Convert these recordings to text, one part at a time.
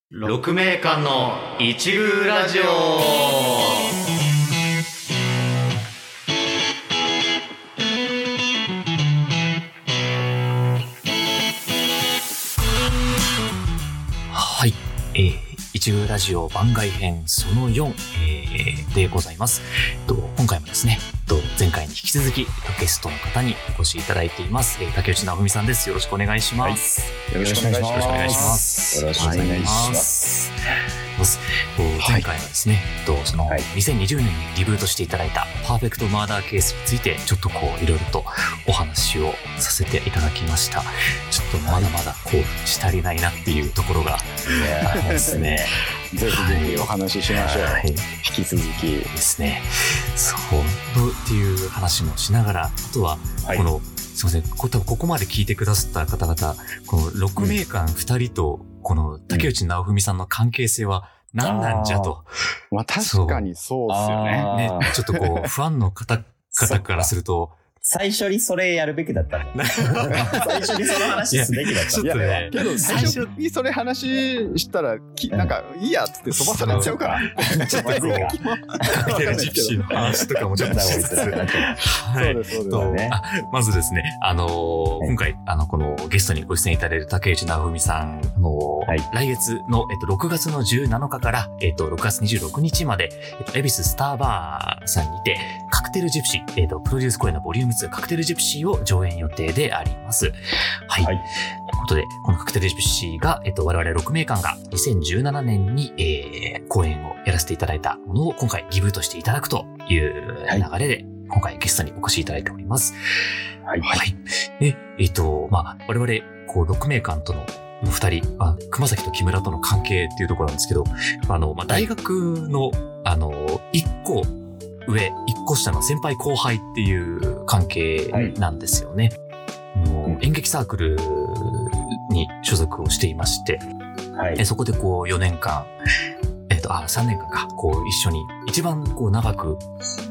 鹿鳴館の一宮ラジオ。 はい、一宮ラジオ番外編その4、でございます。今回もですね、前回に引き続きゲストの方にお越しいただいています。竹内直文さんです。よろしくお願いします。 はい、よろしくお願いします。 よろしくお願いします。前回はですね、その2020年にリブートしていただいたパーフェクトマーダーケースについてちょっといろいろとお話をさせていただきました。ちょっとまだまだし足りないなっていうところがありますね。 ぜひお話ししましょう。はい、引き続きですね。そうっていう話もしながら、あとはこの、すいません、ここまで聞いてくださった方々、この鹿鳴館2人とこの竹内直文さんの関係性は何なんじゃと。 まあ確かにそうですよね。 ちょっとファンの方からすると、 最初にそれやるべきだったんだ。最初にその話すべきだった。 ちょっとね。 けど最初にそれ話したら、なんかいいやっつって飛ばされちゃうから。 ちょっとカクテルジプシーの話とかもちょっとしつつ。はい。 そうですね。 まずですね、今回、このゲストにご出演いただいる竹内直文さん、来月の、6月の17日から、6月26日まで、恵比寿スターバーさんにて、カクテルジプシー、プロデュース公演のボリューム2カクテルジプシーを上演予定であります。はい。ということで、このカクテルジプシーが、我々鹿鳴館が2017年に、公演をやらせていただいたものを今回リブートしていただくという流れで、今回ゲストにお越しいただいております。はい。はい。で、我々、鹿鳴館との二人、熊崎と木村との関係っていうところなんですけど、大学の、一個上、一個下の先輩後輩っていう関係なんですよね。演劇サークルに所属をしていまして、そこで4年間、3年間か、一緒に一番長く、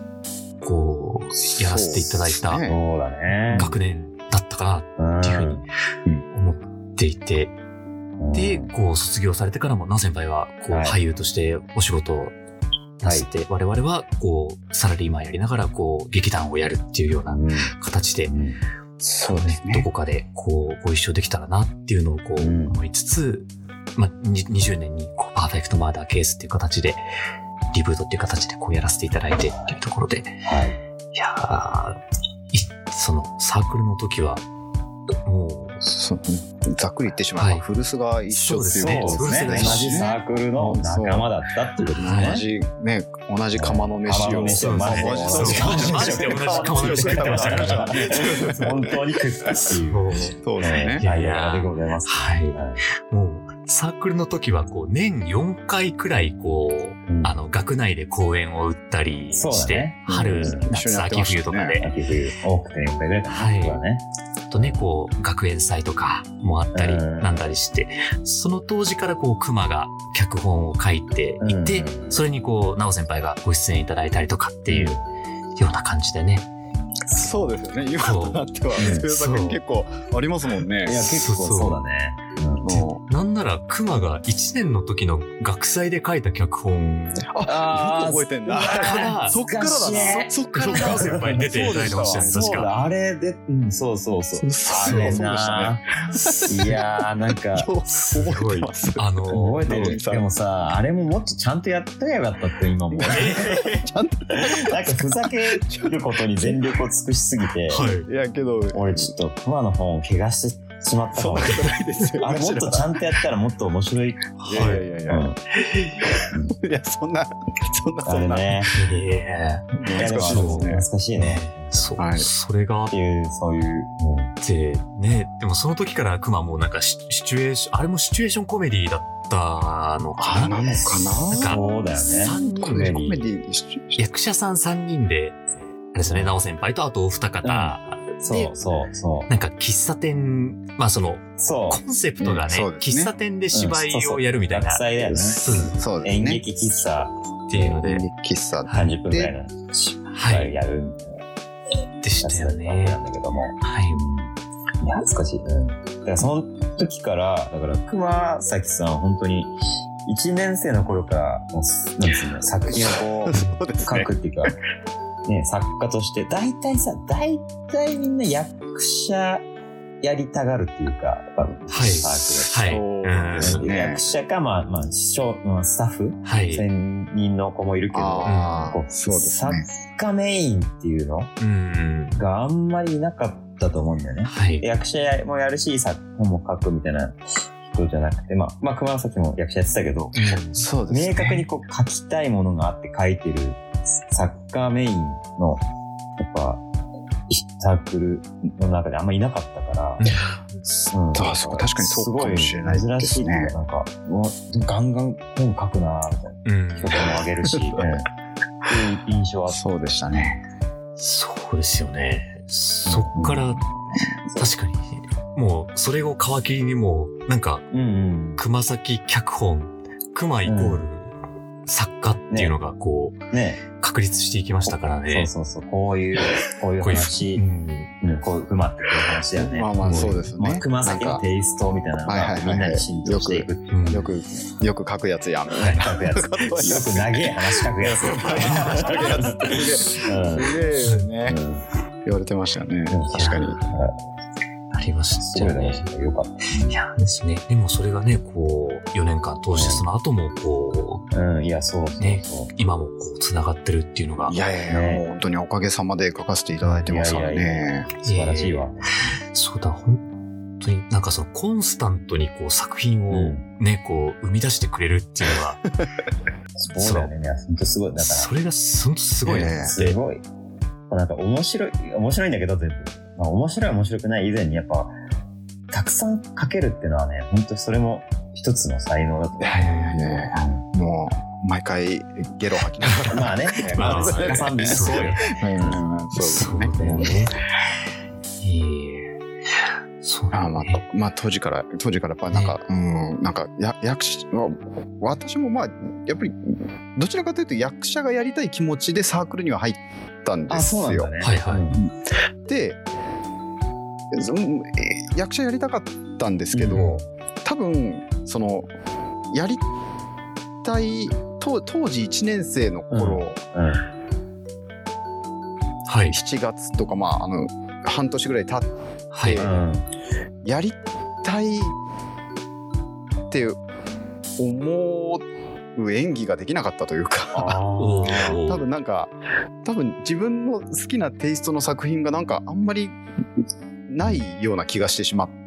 やらせていただいた学年だったかなっていうふうに思っていて、で、卒業されてからも、なお先輩は、俳優としてお仕事をなして、我々は、サラリーマンやりながら、劇団をやるっていうような形で、 そうですね。 どこかで、ご一緒できたらなっていうのを、思いつつ、20年に、パーフェクトマーダーケースっていう形で、リブートっていう形で、やらせていただいてっていうところで、いやその、サークルの時は、もう、 ざっくり言ってしまえば、古巣が一緒っていうことですね。 同じサークルの仲間だったっていうことですね。同じ釜の飯を。 マジで同じ釜の飯食ってましたから。 本当に食ったっていう。 そうですね。 いやでございます。 はい。もう、サークルの時は、年4回くらい、学内で公演を打ったりして、春、夏、秋冬とかで。 秋冬、多くて4回ぐらいだね。 とね、学園祭とかもあったり、なんだりして、その当時から熊が脚本を書いていて、それになお先輩がご出演いただいたりとかっていうような感じでね。 そうですよね。今となっては、そういう作品結構ありますもんね。 いや、結構そうだね。 なんなら、熊が1年の時の学祭で書いた脚本。 よく覚えてんだ。そっからだな。 そっからなお先輩に出ていただいてましたね、確か。 あれで、そう。 あれな。 いやなんか、 覚えてます。 覚えてる。でもさ、あれももっとちゃんとやってやばかったって今も。 ちゃんとなんかふざけることに全力を尽くしすぎて、 いやけど、 俺ちょっと熊の本を怪我してしまったかも。あれもっとちゃんとやったらもっと面白い。 いや、そんな。 あれね。 懐かしいですね。 懐かしいね。 それが。 そういう。 で、ね、でもその時から熊もなんかシチュエーション、あれもシチュエーションコメディだったのかな。 なのかな。 そうだよね。 コメディ役者さん3人で、あれですよね、なお先輩とあとお二方。 そう。 なんか喫茶店、コンセプトがね、喫茶店で芝居をやるみたいな。 学祭だよね。 そうですね。 演劇喫茶っていうので。 演劇喫茶 30分くらいの芝居やるみたいな。 でしたよね。 なんだけども。 いや、恥ずかしい。だからその時から、だから熊崎さんは本当に1年生の頃からもうなんですよね、作品をこう書くっていうか、ね、作家として大体みんな役者やりたがるっていうか、 はい。 役者か、まあ、スタッフ、専任の子もいるけど、そうですね、作家メインっていうのがあんまりいなかったと思うんだよね。役者もやるし、本も書くみたいな人じゃなくて、まあ、熊崎も役者やってたけど、そうですね、明確にこう書きたいものがあって書いてる作家メインの、やっぱ、サークルの中であんまりいなかったから、 確かにそうかもしれないですね。 珍しいっていうか、なんか、ガンガン本書くなみたいな人ともあげるし、そういう印象はそうでしたね。 そうですよね。そっから、確かに、もう、それを皮切りにもう、なんか、熊崎脚本、熊イコール作家っていうのがこう、確立していきましたからね。 そう、こういう話、こういう熊ってこういう話だよね。 まあそうですね。 熊崎のテイストみたいなのがみんなに浸透していくっていう。 よく書くやつやん。 書くやつ。よく長い話書くやつ。 すげえね。言われてましたね。確かに。 ありましたよね。 よかった。 いやですね。でもそれがね、こう4年間通してその後もこう、いやそうね、 今もこう繋がってるっていうのが、 いやもう本当におかげさまで書かせていただいてますからね。 素晴らしいわ。 そうだ、本当になんかそのコンスタントにこう作品をね、こう生み出してくれるっていうのが、 そうだよね。本当すごい。だからそれが本当すごいね。 すごい。なんか面白いんだけど全部。面白くない以前にやっぱたくさん書けるっていうのはね、本当にそれも一つの才能だと思う。 いやもう毎回ゲロ吐きながらまあね、作家さんですそうよ。 そうですね。 そうまあ当時からやっぱなんか、なんか役者、私もまあやっぱりどちらかというと役者がやりたい気持ちでサークルには入ったんですよ。 そうなんだね。 で、役者やりたかったんですけど、多分そのやりたい当時1年生の頃、7月とか半年ぐらい経って、やりたいって思う演技ができなかったというか多分自分の好きなテイストの作品がなんかあんまりないような気がしてしまって、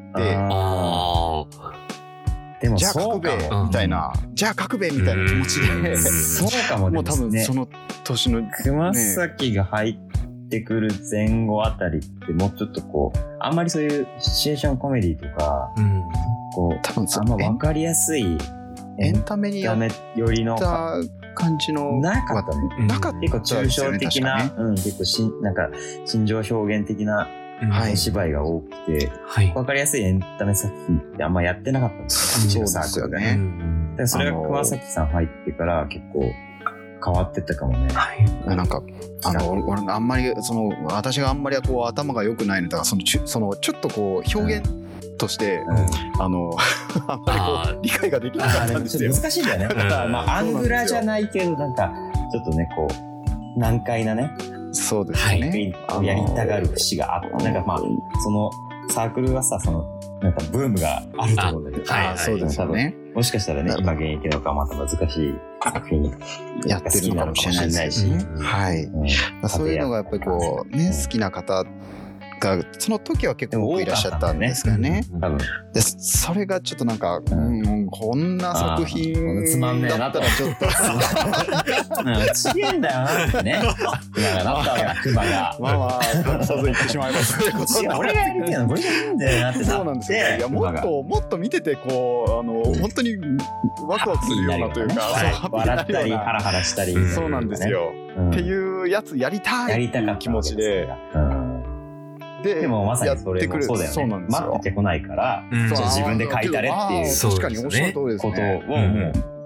でもじゃあ書くべみたいな、じゃあ書くべみたいな気持ちで、 そうかもね。 もう多分その年の熊崎が入ってくる前後あたりってもうちょっとこうあんまりそういうシチュエーションコメディとか、こう多分あんま分かりやすいエンタメによった感じのなかったね。結構抽象的な、結構なんか心情表現的なお芝居が多くて、分かりやすいエンタメ作品ってあんまやってなかったんですよ。 そうですよね。 だからそれが熊崎さん入ってから結構変わってったかもね。 なんか俺あんまり私があんまりこう頭が良くないのだからそのちょっとこう表現としてあんまりこう理解ができなかったんですよ。 難しいんだよね。まあアングラじゃないけどなんかちょっとねこう難解なね。 そうですね。 やりたがる節があって、なんかまあそのサークルはさなんかブームがあると思うんだけど、 そうですよね。 もしかしたらね今現役のかまた難しい作品やってるのかもしれないし、そういうのがやっぱりこうね好きな方がその時は結構多くいらっしゃったんですかね。でそれがちょっとなんか、こんな作品だったらちょっと違うんだよなってね。熊がなったわけ熊が。 まあさず言ってしまいます。 俺がやりたいの俺がいいんだよなってそうなんですよ。いやもっと見ててこう本当にワクワクするようなというか、 笑ったりハラハラしたり。 そうなんですよ。っていうやつやりたい気持ちで。 でもまさにそれもそうだよね。待ってこないから、自分で書いたれっていう確かにおっしゃる通りですね。 ことをもう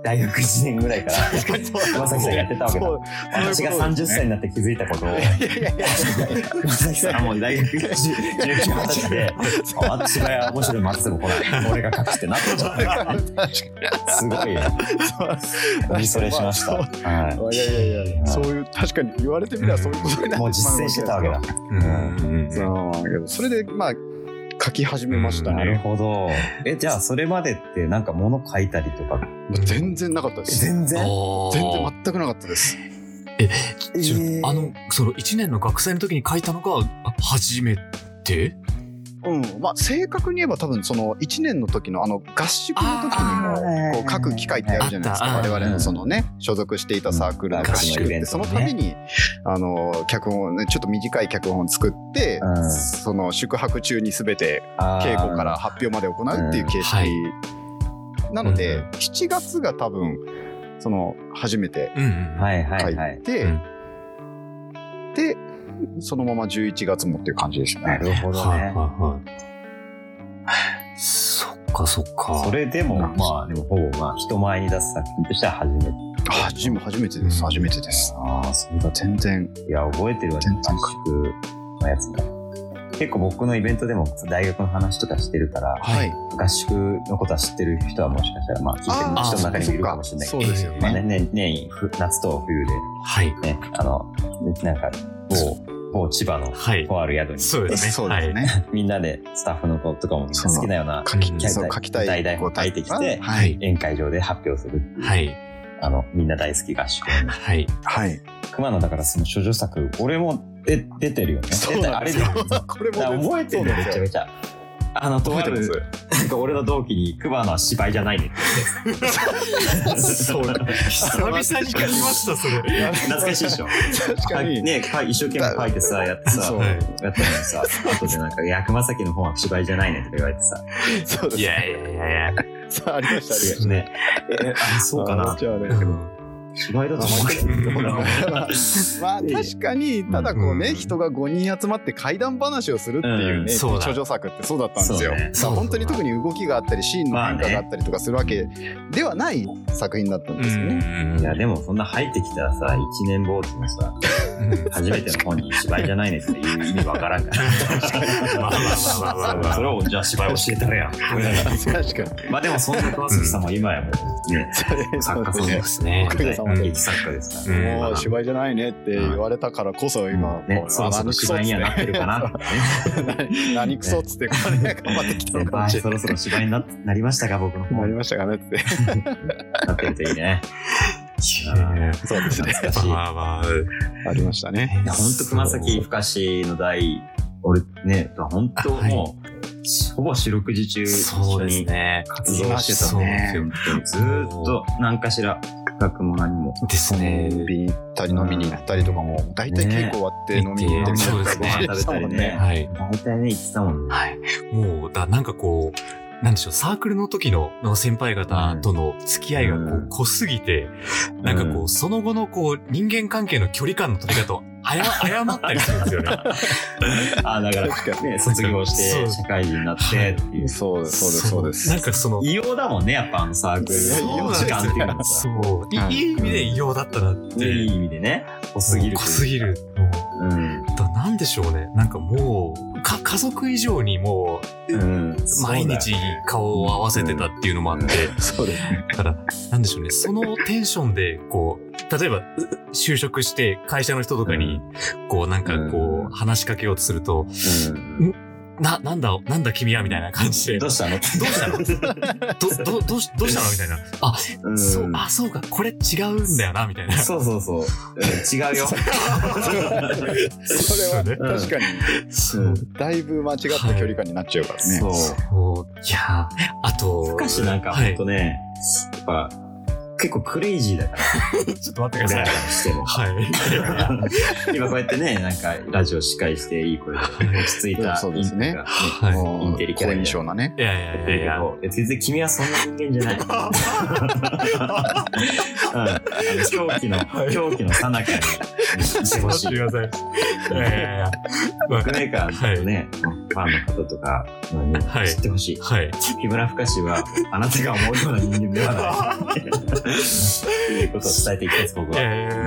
大学1年ぐらいから熊崎さんやってたわけだ。私が30歳になって気づいたことを熊崎さんはもう大学19、20歳で私が面白い松でも来ない俺が隠してなってちゃったすごいよ見それしました。 いやそういう確かに言われてみればそういうことになってもう実践してたわけだ。 それでまあ書き始めましたね。 なるほど。じゃあそれまでってなんか物書いたりとか全然なかったです。 全然全くなかったです。 その1年の学生の時に書いたのが初めて？ まあ正確に言えば多分その1年の時の合宿の時にもこう書く機会ってあるじゃないですか。我々のそのね所属していたサークルの合宿ってそのために脚本ねちょっと短い脚本を作ってその宿泊中に全て稽古から発表まで行うっていう形式なので7月が多分その初めて書いてでそのまま11月もっていう感じですね。 なるほどね。 そっかそっか。 それでもまあでもほぼまあ人前に出す作品としては初めて。 初めてです。初めてです。 そうだ全然。 いや覚えてるわね。合宿のやつが。結構僕のイベントでも大学の話とかしてるから、合宿のことは知ってる人はもしかしたらまあ聞いてる人の中にもいるかもしれないけど、 そうですよね。 年夏と冬で、ねなんか某千葉のとある宿に、 そうですね。 みんなでスタッフの子とかも好きなような書きたい台本書いてきて、宴会場で発表するっていう、みんな大好き合宿の熊野だからその処女作俺も出てるよね。あれでこれも覚えてるのめちゃめちゃ。とあるなんか俺の同期に熊野は芝居じゃないねって言ってそう久々に聞きましたそれ。 懐かしいでしょ。 確かにね一生懸命書いてさやってさやったのにさ後でなんか熊崎の本は芝居じゃないねとか言われてさ。 そうです。 いやさあありましたね。そうかな。 じゃあね。 芝居だと思うけどまあ確かにただこうね人が5人集まって怪談話をするっていうね処女作ってそうだったんですよ。本当に特に動きがあったりシーンの変化があったりとかするわけではない作品だったんですよね。 いやでもそんな入ってきたらさ一年坊主のさ初めての本に芝居じゃないねっていう意味わからんからそれをじゃあ芝居教えたらやん。確かに。 まあでもそんな川崎さんも今やもうね作家さんですね。劇作家ですから、 もう芝居じゃないねって言われたからこそ今、 そろそろ芝居にはなってるかな何クソっつってこれね頑張ってきたのかもしれない。 そろそろ芝居になりましたか僕の方。 なりましたかねってなってるといいね。 そうですね。ありましたね。 本当熊崎深志の代俺ね本当もうほぼ四六時中一緒に活動してたね。ずーっと何かしら企画も何もですね。 飲みに行ったり飲みに行ったりとかも大体稽古終わって飲みに行ってみたいなご飯食べたりね。 大体ね行ってたもんね。 もうなんかこうなんでしょうサークルの時の先輩方との付き合いがこう濃すぎてなんかこうその後のこう人間関係の距離感の取り方を誤ったりするんですよね。 だからね卒業して社会人になってっていう。 そうですなんかその異様だもんねやっぱサークルの時間っていうのはそういい意味で異様だったなっていい意味でね濃すぎるなんでしょうねなんかもう家族以上にもう毎日顔を合わせてたっていうのもあってそうですね。 だからなんでしょうねそのテンションでこう例えば就職して会社の人とかにこうなんかこう話しかけようとするとなんだ君はみたいな感じでどうしたのどうしたのみたいなそうかこれ違うんだよなみたいなそう違うよそれは確かにだいぶ間違った距離感になっちゃうからね。 そういやあと昔なんかほんとねやっぱ結構クレイジーだからちょっと待ってください。今こうやってねなんかラジオ司会していい声で落ち着いたそうですね。 インテリキャラ印象なね。 いや全然君はそんな人間じゃない。狂気の最中にしてほしい。僕メーカーのねファンの方とか知ってほしい。木村深志はあなたが思うような人間ではない。 いうことを伝えていきたいです、僕は。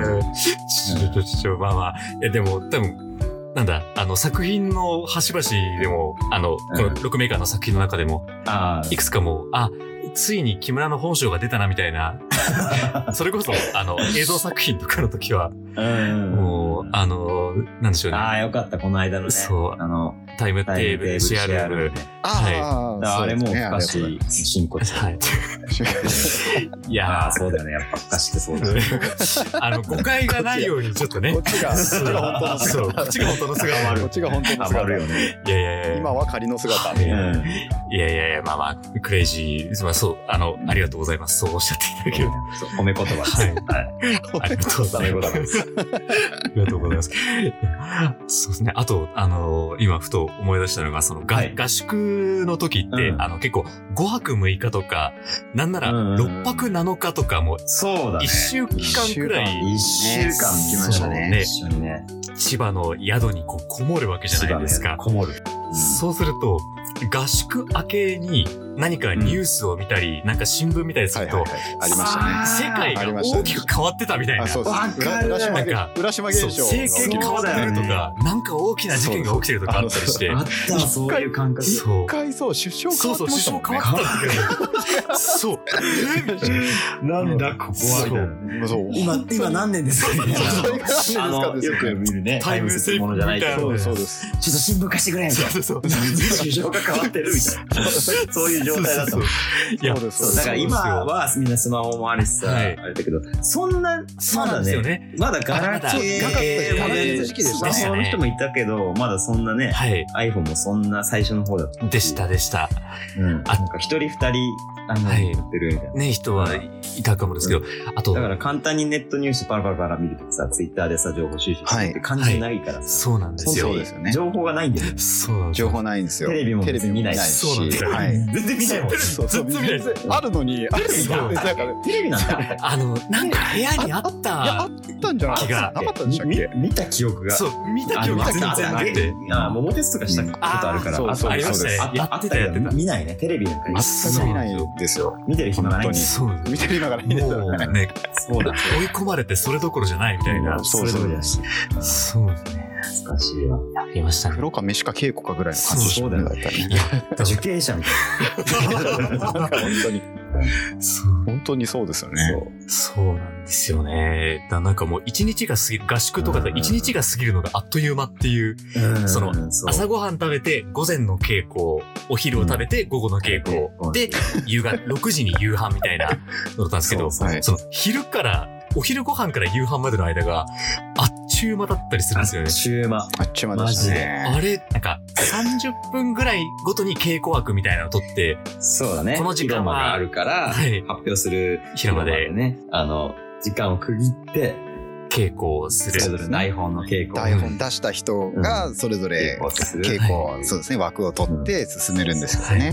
まあまあ、いやでも多分、なんだ、作品の端々でも、この6メーカーの作品の中でも、いくつかもう、ついに木村の本性が出たなみたいな、それこそ、映像作品とかの時は、もう、なんでしょうね。 よかった、この間のね。 そう。タイムテーブル、シェアルーム。 あれも深し、進行はい。いやそうだよね。やっぱ深しってそうだね。 誤解がないようにちょっとね。 こっちが本当の姿。 こっちが本当の姿。 こっちが本当の姿よね。 いや。 今は仮の姿。 いや、まあまあ、クレイジー。まあそう、ありがとうございます。そうおっしゃっていただける。 褒め言葉です。はい。 ありがとうございます。ありがとうございます。そうですね。あと、今ふと思い出したのが、合宿の時って、結構5泊6日とか、なんなら6泊7日とかも、 そうだね。 1週間くらい。 1週間来ましたね。一緒にね。 千葉の宿にこもるわけじゃないですか。 こもる。 そうすると、合宿明けに何かニュースを見たり、なんか新聞見たりすると、 ありましたね。 世界が大きく変わってたみたいな。 そうです。浦島現象。 政権が変わってるとか、なんか大きな事件が起きてるとかあったりして。 あった、そういう感覚。 一回首相変わってましたもんね。 首相変わったんだけど。そう。 なんだ、ここは。今何年ですかね。よく見るね。 タイムスリップものじゃないけど。 そうです。 ちょっと新聞貸してくれ。 そう。 首相が変わってるみたいな。そういう状態だったもん。だから今はみんなスマホもあるしさ、あれだけど、そんな、まだね、まだガラケー時期でしスマホの人もいたけど、まだそんなね、iPhone もそんな最初の方だった。 でした。 なんか一人二人、持ってるみたいな。 ね、人はいたかもですけど、あと。 だから簡単にネットニュースパラ見るとさ、ツイッターでさ、情報収集してって感じないからさ。 そうなんですよ。 そうですよね。 情報がないんだよね。 そうなんですよ。情報ないんですよ。 テレビも見ないし。 そうなんですよ。 全然見ないもん。 全然見ない。あるのに、 テレビなんてなんか部屋にあった。 いや、あったんじゃないか。 なかったんでしたっけ？ 見た記憶が。 そう、見た記憶が全然なくて。 桃鉄とかしたことあるから。 ありましたね。やってた。 見ないね。テレビなんか全く見ないんですよ。 見てる暇がない。 見てる暇がないんですよね。 そうだ。追い込まれてそれどころじゃないみたいな。 そうですね。 そうですね。 懐かしいわ。 やりましたね。 風呂か飯か稽古かぐらいの感じでしたね。 受刑者みたいな。 本当に。本当にそうですよね。 そうなんですよね。なんかもう一日が過ぎる、合宿とかで一日が過ぎるのがあっという間っていう、朝ごはん食べて午前の稽古、お昼を食べて午後の稽古、で、夕方6時に夕飯みたいなのだったんですけど、昼からお昼ご飯から夕飯までの間があっちゅう間だったりするんですよね。 あっちゅう間でしたね。 あれ、なんか30分ぐらいごとに稽古枠みたいなのを取って、 そうだね。 この時間があるから、発表する広間でね、時間を区切って、 稽古をする。 それぞれ台本の稽古。 台本出した人がそれぞれ稽古、そうですね、枠を取って進めるんですよね。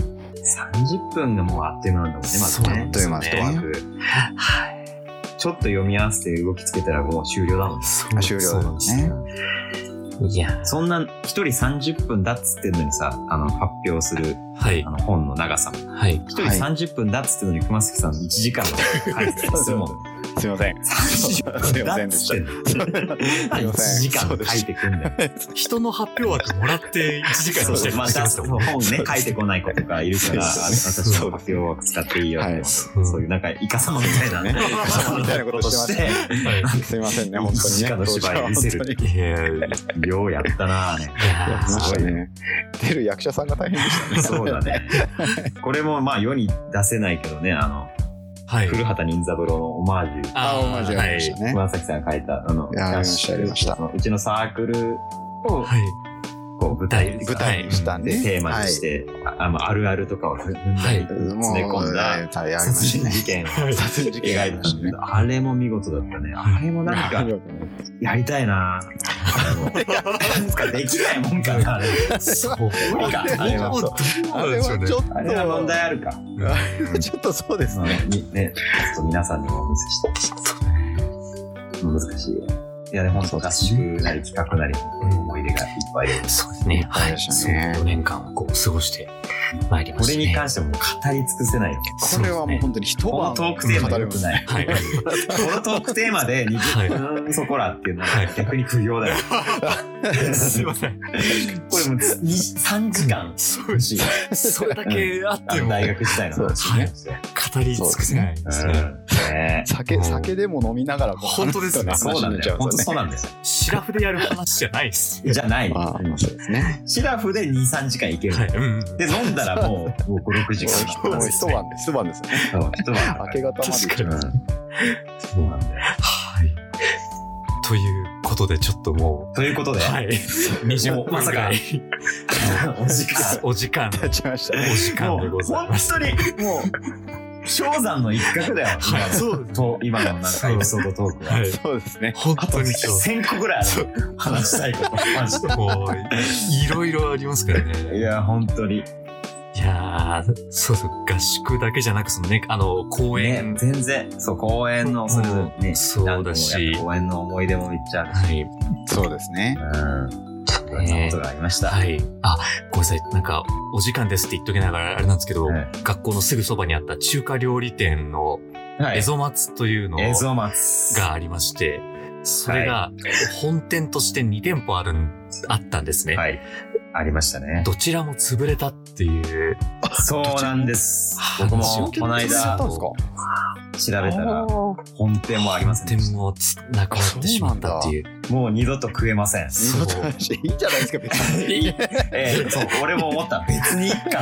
30分がもうあっという間なんだもんね、まずね。 あっという間ですね。 はい。ちょっと読み合わせて動きつけたらもう終了だもんね。 終了なんですね。 いや。 そんな一人30分だっつってんのにさ、発表する、本の長さも。一人30分だっつってんのに熊崎さん1時間の書いてたりするもん。 すいません。 すいませんでした。1時間書いてくんだよ。 人の発表枠もらって1時間にしてまた本ね、書いてこない子とかいるから、私の発表枠使っていいよって。そういうなんかイカ様みたいなね。 イカ様みたいなことして。すいませんね、本当にね。1 時間の芝居見せる。ようやったなぁね。 すごいね。出る役者さんが大変でしたね。 そうだね。これもまあ世に出せないけどね、古畑任三郎のオマージュ。 オマージュありましたね。 熊崎さんが書いた、 やりました。 うちのサークルを、こう舞台にしたんで、 テーマにして、あるあるとかをふんだり詰め込んだ殺人事件を描いてましたね。あれも見事だったね。あれもなんか、やりたいななんかできないもんかな、あれ。 そう。 あれはちょっと。 あれは問題あるか。 ちょっとそうですね。 ちょっと皆さんにもお見せして。難しいよ。いや、でも本当合宿なり企画なり思い出がいっぱい。 そうですね。はい。4年間をこう過ごして。 参りましたね。 これに関しても語り尽くせないよ。 これはもう本当に一晩このトークテーマ良くない。はい。このトークテーマで20分そこらっていうのは逆に苦行だよ。 すいません。 これもう3時間。 そうし。それだけあっても。 大学時代の話ね。 語り尽くせないですね。 酒でも飲みながら本当ですね。 そうなんだよ。本当そうなんですよ。 シラフでやる話じゃないです。 じゃない。 そうですね。 シラフで2、3時間いける。で、飲んだらもう5、6時間。 一晩ですよね。一晩。明け方まで。 確かに。 そうなんだよ。 はい。ということで、ちょっともう。 ということで。 はい。20 まさか。 お時間。 経ちました。 お時間でございます。 本当に、もう、氷山の一角だよ。今のなんかエピソードトークは。 そうですね。 本当に 1000個ぐらいある。話したいこと。マジで。 いろいろありますからね。 いや、本当に。 いやー、そう合宿だけじゃなく、そのね、公園。 ね、全然、公園の、それぞれね、 そうだし。 公園の思い出もめっちゃあるし。 はい。 そうですね。 そんなことがありました。 はい。あ、ごめんなさい。なんか、お時間ですって言っときながらあれなんですけど、学校のすぐそばにあった中華料理店の、エゾマツというのがありまして、それが、本店として2店舗あったんですね。 はい。ありましたね。 どちらも潰れたっていう。 そうなんです。僕もこの間調べたら本店もありませんでした。 本店もなくなってしまったっていう。 もう二度と食えません。 いいじゃないですか別に。 そう俺も思った。別にいいか。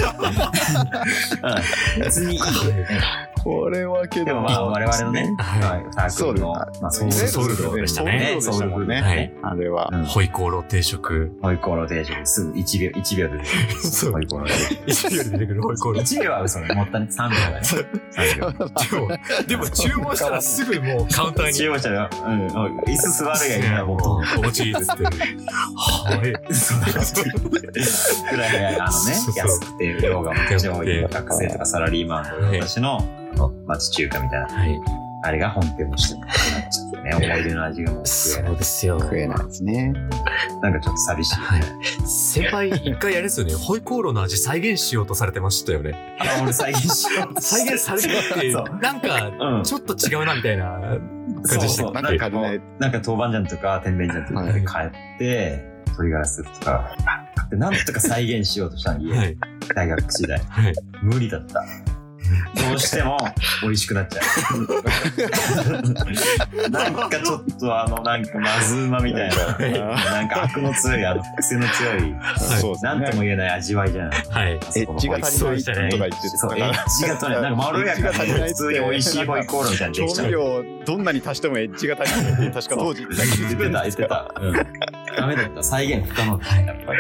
別にいい。 これはけど。 でもまあ我々のね、 ソウルのソウルフードでしたね。 ソウルフードね。あれはホイコーロー定食。 ホイコーロー定食すぐ1秒で出てくる。 そう。ホイコーロー定食。1秒で出てくるホイコーロー。 1秒は嘘ね。もったいない。3秒だね。3秒。 でも注文したらすぐもうカウンターに。 注文したら、椅子座るやいな、もう。 おちぎって。はい。 そうだ。くらい、安くて、量がもちろん多い学生とかサラリーマンの私の町中華みたいな。はい。あれが本店もしてなくなっちゃってね、思い出の味がもうそうですよ。 食えないですね。 なんかちょっと寂しい。 はい。先輩一回あれですよね、ホイコーローの味再現しようとされてましたよね。 俺再現しようと再現されてて、なんかちょっと違うなみたいな感じでした。 なんか豆板醤とか甜麺醤とかで買って、鶏ガラスープとか、なんとか再現しようとしたのに、大学時代。無理だった。どうしても美味しくなっちゃう。なんかちょっとなんかまずうまみたいな、なんかアクの強い、癖の強い、なんとも言えない味わいじゃない。 はい。エッジが足りないとか言ってそう、エッジが足りない。なんかまろやかに普通に美味しいホイコーローみたいなできちゃう。 調味料どんなに足してもエッジが足りないって確か当時言ってた。ダメだった。再現不可能だった。やっぱり。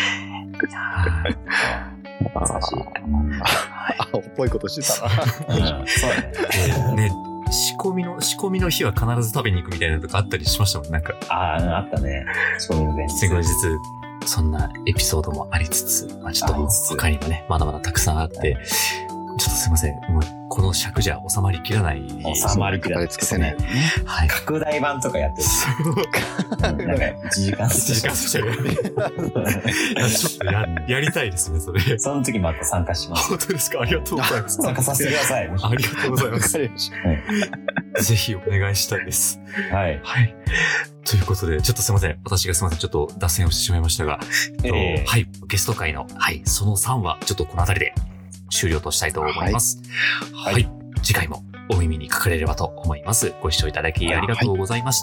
優しい。 青っぽいことしてたな。 そうね。仕込みの日は必ず食べに行くみたいなのとかあったりしましたもん、なんか。 あったね。仕込みの前日。 後日、そんなエピソードもありつつ、まあちょっと他にもね、まだまだたくさんあって、ちょっとすいません。もうこの尺じゃ収まりきらない。 収まりきらない。 尽くせない。 はい。 拡大版とかやってる。なんか1時間スペシャル。 ちょっとやりたいですね、それ。 その時また参加します。 本当ですか？ありがとうございます。 参加させてください。 ありがとうございます。ぜひお願いしたいです。 はい。 はい。ということで、ちょっとすいません。私がすいません。ちょっと脱線をしてしまいましたが、はい。ゲスト会の、はい。その3は、ちょっとこの辺りで終了としたいと思います。はい。次回もお耳にかかれればと思います。ご視聴いただきありがとうございました。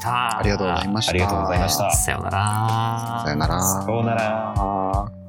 ありがとうございました。 ありがとうございました。 さようなら。 さようなら。 さようなら。